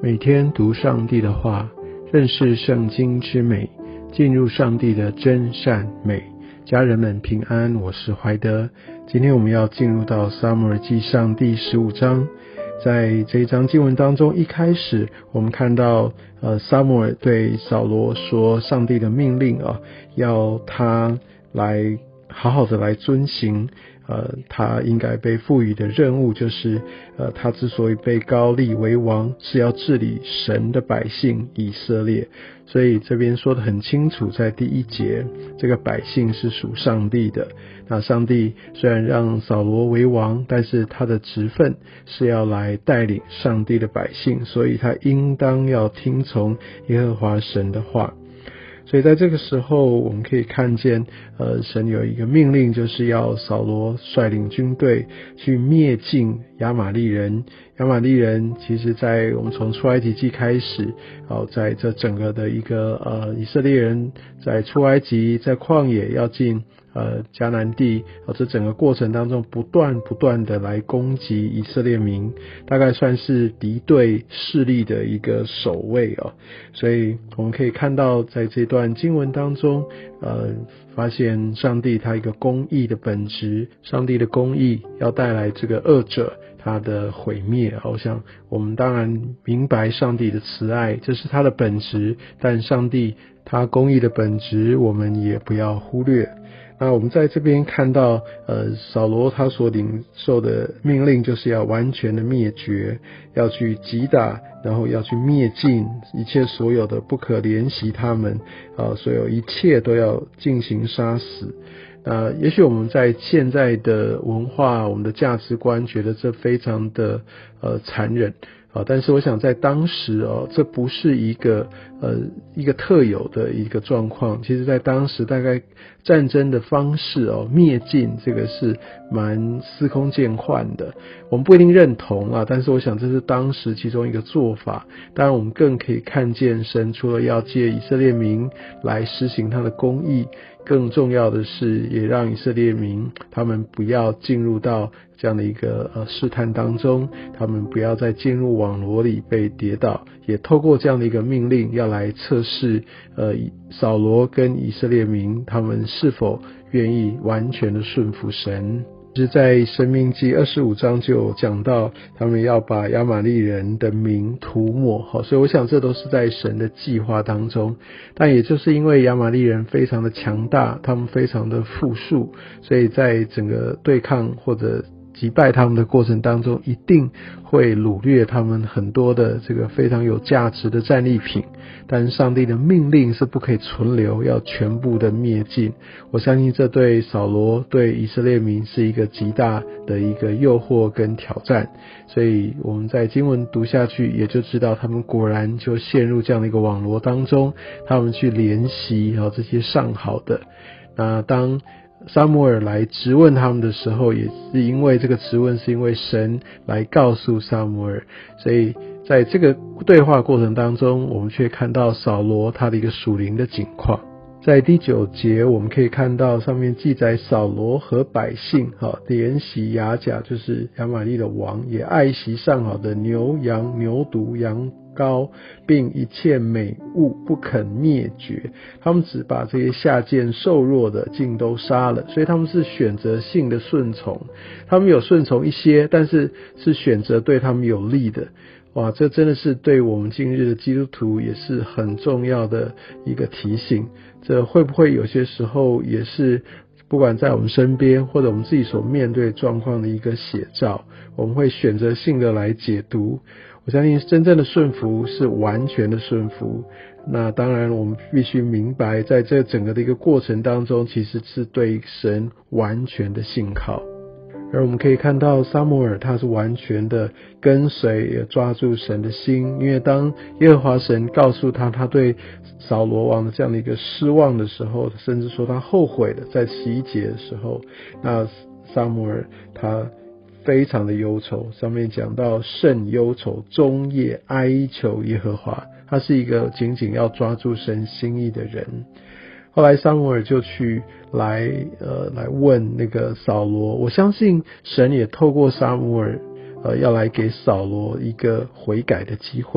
每天读上帝的话，认识圣经之美，进入上帝的真善美。家人们平安，我是怀德。今天我们要进入到撒母耳记上第15章。在这一章经文当中，一开始我们看到撒母耳对扫罗说上帝的命令要他来好好的来遵行他应该被赋予的任务，就是他之所以被膏立为王，是要治理神的百姓以色列。所以这边说得很清楚，在第1节，这个百姓是属上帝的。那上帝虽然让扫罗为王，但是他的职分是要来带领上帝的百姓，所以他应当要听从耶和华神的话。所以在这个时候，我们可以看见神有一个命令，就是要扫罗率领军队去灭尽亚玛利人。亚玛利人其实在我们从出埃及记开始在这整个的一个以色列人在出埃及，在旷野要进迦南地这整个过程当中不断的来攻击以色列民，大概算是敌对势力的一个守卫所以我们可以看到在这段经文当中发现上帝他一个公义的本质，上帝的公义要带来这个恶者他的毁灭。我想我们当然明白上帝的慈爱，这是他的本质，但上帝他公义的本质我们也不要忽略。那我们在这边看到扫罗他所领受的命令，就是要完全的灭绝，要去击打，然后要去灭尽一切所有的，不可怜惜他们所有一切都要进行杀死。也许我们在现在的文化，我们的价值观觉得这非常的残忍但是我想在当时这不是一个特有的一个状况。其实在当时大概战争的方式灭尽，这个是蛮司空见惯的。我们不一定认同但是我想这是当时其中一个做法。当然我们更可以看见神除了要借以色列民来施行他的公义，更重要的是也让以色列民他们不要进入到这样的一个试探当中，他们不要再进入网罗里被跌倒，也透过这样的一个命令要来测试扫罗跟以色列民他们是否愿意完全的顺服神。是在申命记25章就有讲到他们要把亚玛利人的名涂抹所以我想这都是在神的计划当中。但也就是因为亚玛利人非常的强大，他们非常的富庶，所以在整个对抗或者击败他们的过程当中，一定会掳掠他们很多的这个非常有价值的战利品。但上帝的命令是不可以存留，要全部的灭尽。我相信这对扫罗对以色列民是一个极大的一个诱惑跟挑战。所以我们在经文读下去也就知道，他们果然就陷入这样的一个网罗当中，他们去怜惜这些上好的。那当撒母耳来质问他们的时候，也是因为这个质问是因为神来告诉撒母耳，所以在这个对话过程当中，我们却看到扫罗他的一个属灵的景况。在第9节我们可以看到上面记载扫罗和百姓怜惜亚甲，就是亚玛利的王，也爱惜上好的牛羊牛犊羊羔，并一切美物不肯灭绝。他们只把这些下贱瘦弱的尽都杀了。所以他们是选择性的顺从，他们有顺从一些，但是是选择对他们有利的。这真的是对我们今日的基督徒也是很重要的一个提醒。这会不会有些时候也是不管在我们身边或者我们自己所面对状况的一个写照，我们会选择性的来解读。我相信真正的顺服是完全的顺服。那当然我们必须明白，在这整个的一个过程当中，其实是对神完全的信靠。而我们可以看到撒母耳他是完全的跟随，也抓住神的心。因为当耶和华神告诉他对扫罗王的这样的一个失望的时候，甚至说他后悔了，在11节的时候，那撒母耳他非常的忧愁，上面讲到甚忧愁，终夜哀求耶和华。他是一个仅仅要抓住神心意的人。后来撒母耳就去来问那个扫罗。我相信神也透过撒母耳要来给扫罗一个悔改的机会。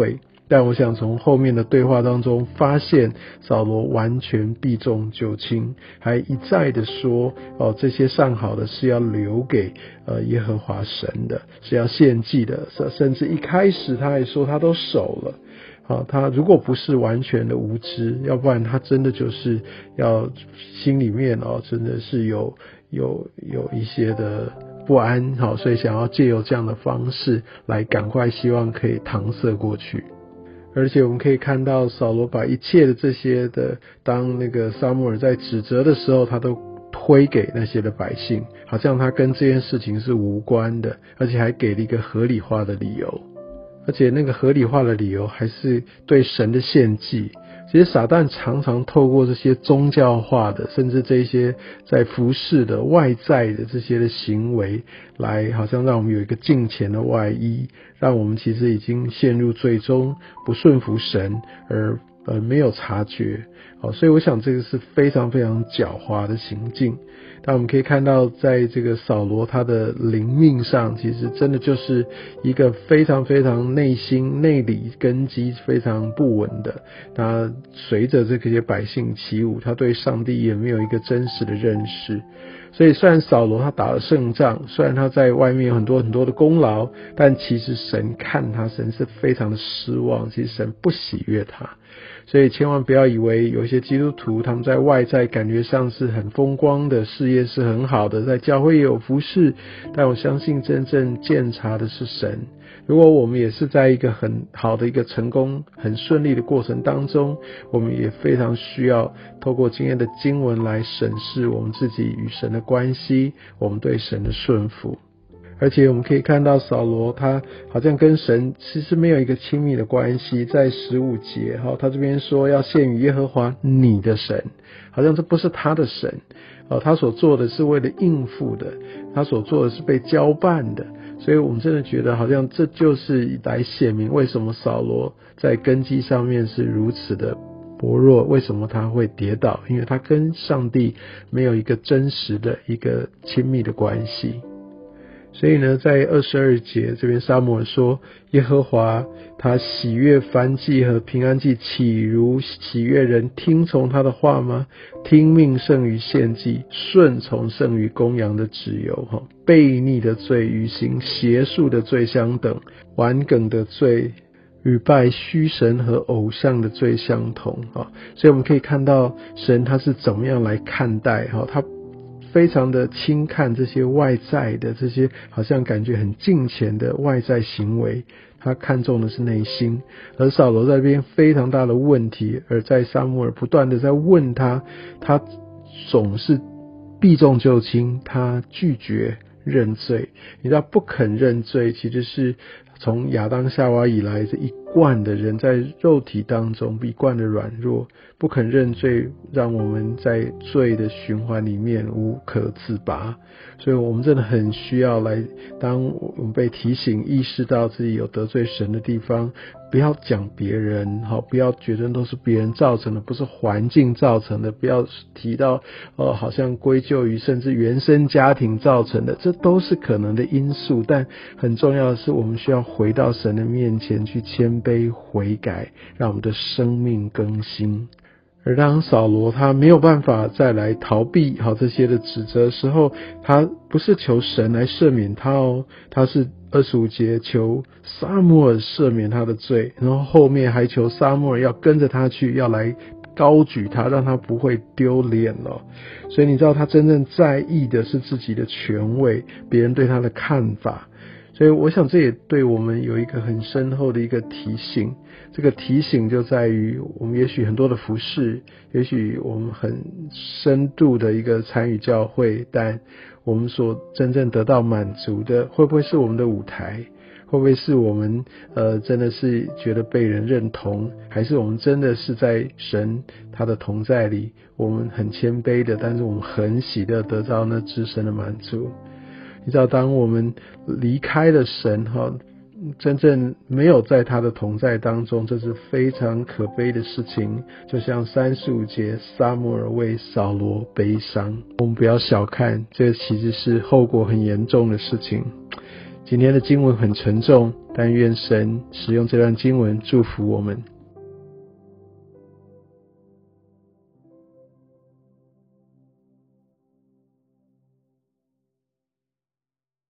但我想从后面的对话当中发现，扫罗完全避重就轻，还一再的说这些上好的是要留给耶和华神的，是要献祭的，甚至一开始他还说他都守了。他如果不是完全的无知，要不然他真的就是要心里面真的是有一些的不安，所以想要借由这样的方式来赶快希望可以搪塞过去。而且我们可以看到扫罗把一切的这些的，当那个撒母耳在指责的时候，他都推给那些的百姓，好像他跟这件事情是无关的，而且还给了一个合理化的理由，而且那个合理化的理由还是对神的献祭。其实撒旦常常透过这些宗教化的，甚至这些在服侍的外在的这些的行为，来好像让我们有一个敬虔的外衣，让我们其实已经陷入最终不顺服神而没有察觉。所以我想这个是非常非常狡猾的行径。但我们可以看到在这个扫罗他的灵命上，其实真的就是一个非常非常内心内里根基非常不稳的，他随着这些百姓起舞，他对上帝也没有一个真实的认识。所以虽然扫罗他打了胜仗，虽然他在外面有很多很多的功劳，但其实神看他，神是非常的失望，其实神不喜悦他。所以千万不要以为有一些基督徒他们在外在感觉上是很风光的，事业是很好的，在教会也有服事，但我相信真正鉴察的是神。如果我们也是在一个很好的一个成功很顺利的过程当中，我们也非常需要透过今天的经文来审视我们自己与神的关系，我们对神的顺服。而且我们可以看到扫罗他好像跟神其实没有一个亲密的关系。在15节他这边说要献与耶和华你的神，好像这不是他的神，他所做的是为了应付的，他所做的是被交办的。所以我们真的觉得好像这就是来显明为什么扫罗在根基上面是如此的薄弱，为什么他会跌倒，因为他跟上帝没有一个真实的一个亲密的关系。所以呢，在22节这边撒母耳说，耶和华他喜悦燔祭和平安祭，岂如喜悦人听从他的话吗？听命胜于献祭，顺从胜于公羊的脂油。悖逆的罪与行邪术的罪相等，顽梗的罪与拜虚神和偶像的罪相同。所以我们可以看到神他是怎么样来看待他非常的轻看这些外在的这些好像感觉很敬虔的外在行为，他看重的是内心。而扫罗在这边非常大的问题，而在撒母耳不断的在问他总是避重就轻，他拒绝认罪。你知道不肯认罪其实是从亚当夏娃以来这一贯的人在肉体当中一贯的软弱，不肯认罪让我们在罪的循环里面无可自拔。所以我们真的很需要来，当我们被提醒意识到自己有得罪神的地方，不要讲别人，不要觉得都是别人造成的，不是环境造成的，不要提到好像归咎于甚至原生家庭造成的，这都是可能的因素。但很重要的是我们需要回到神的面前去谦卑悔改，让我们的生命更新。而当扫罗他没有办法再来逃避这些的指责的时候，他不是求神来赦免他他是25节求撒母耳赦免他的罪，然后后面还求撒母耳要跟着他去，要来高举他，让他不会丢脸所以你知道他真正在意的是自己的权位，别人对他的看法。所以我想这也对我们有一个很深厚的一个提醒。这个提醒就在于我们也许很多的服事，也许我们很深度的一个参与教会，但我们所真正得到满足的会不会是我们的舞台？会不会是我们真的是觉得被人认同，还是我们真的是在神他的同在里，我们很谦卑的，但是我们很喜乐得到那至深的满足。你知道当我们离开了神真正没有在他的同在当中，这是非常可悲的事情。就像35节撒母耳为扫罗悲伤，我们不要小看，这其实是后果很严重的事情。 今天的经文很沉重，但愿神使用这段经文祝福我们。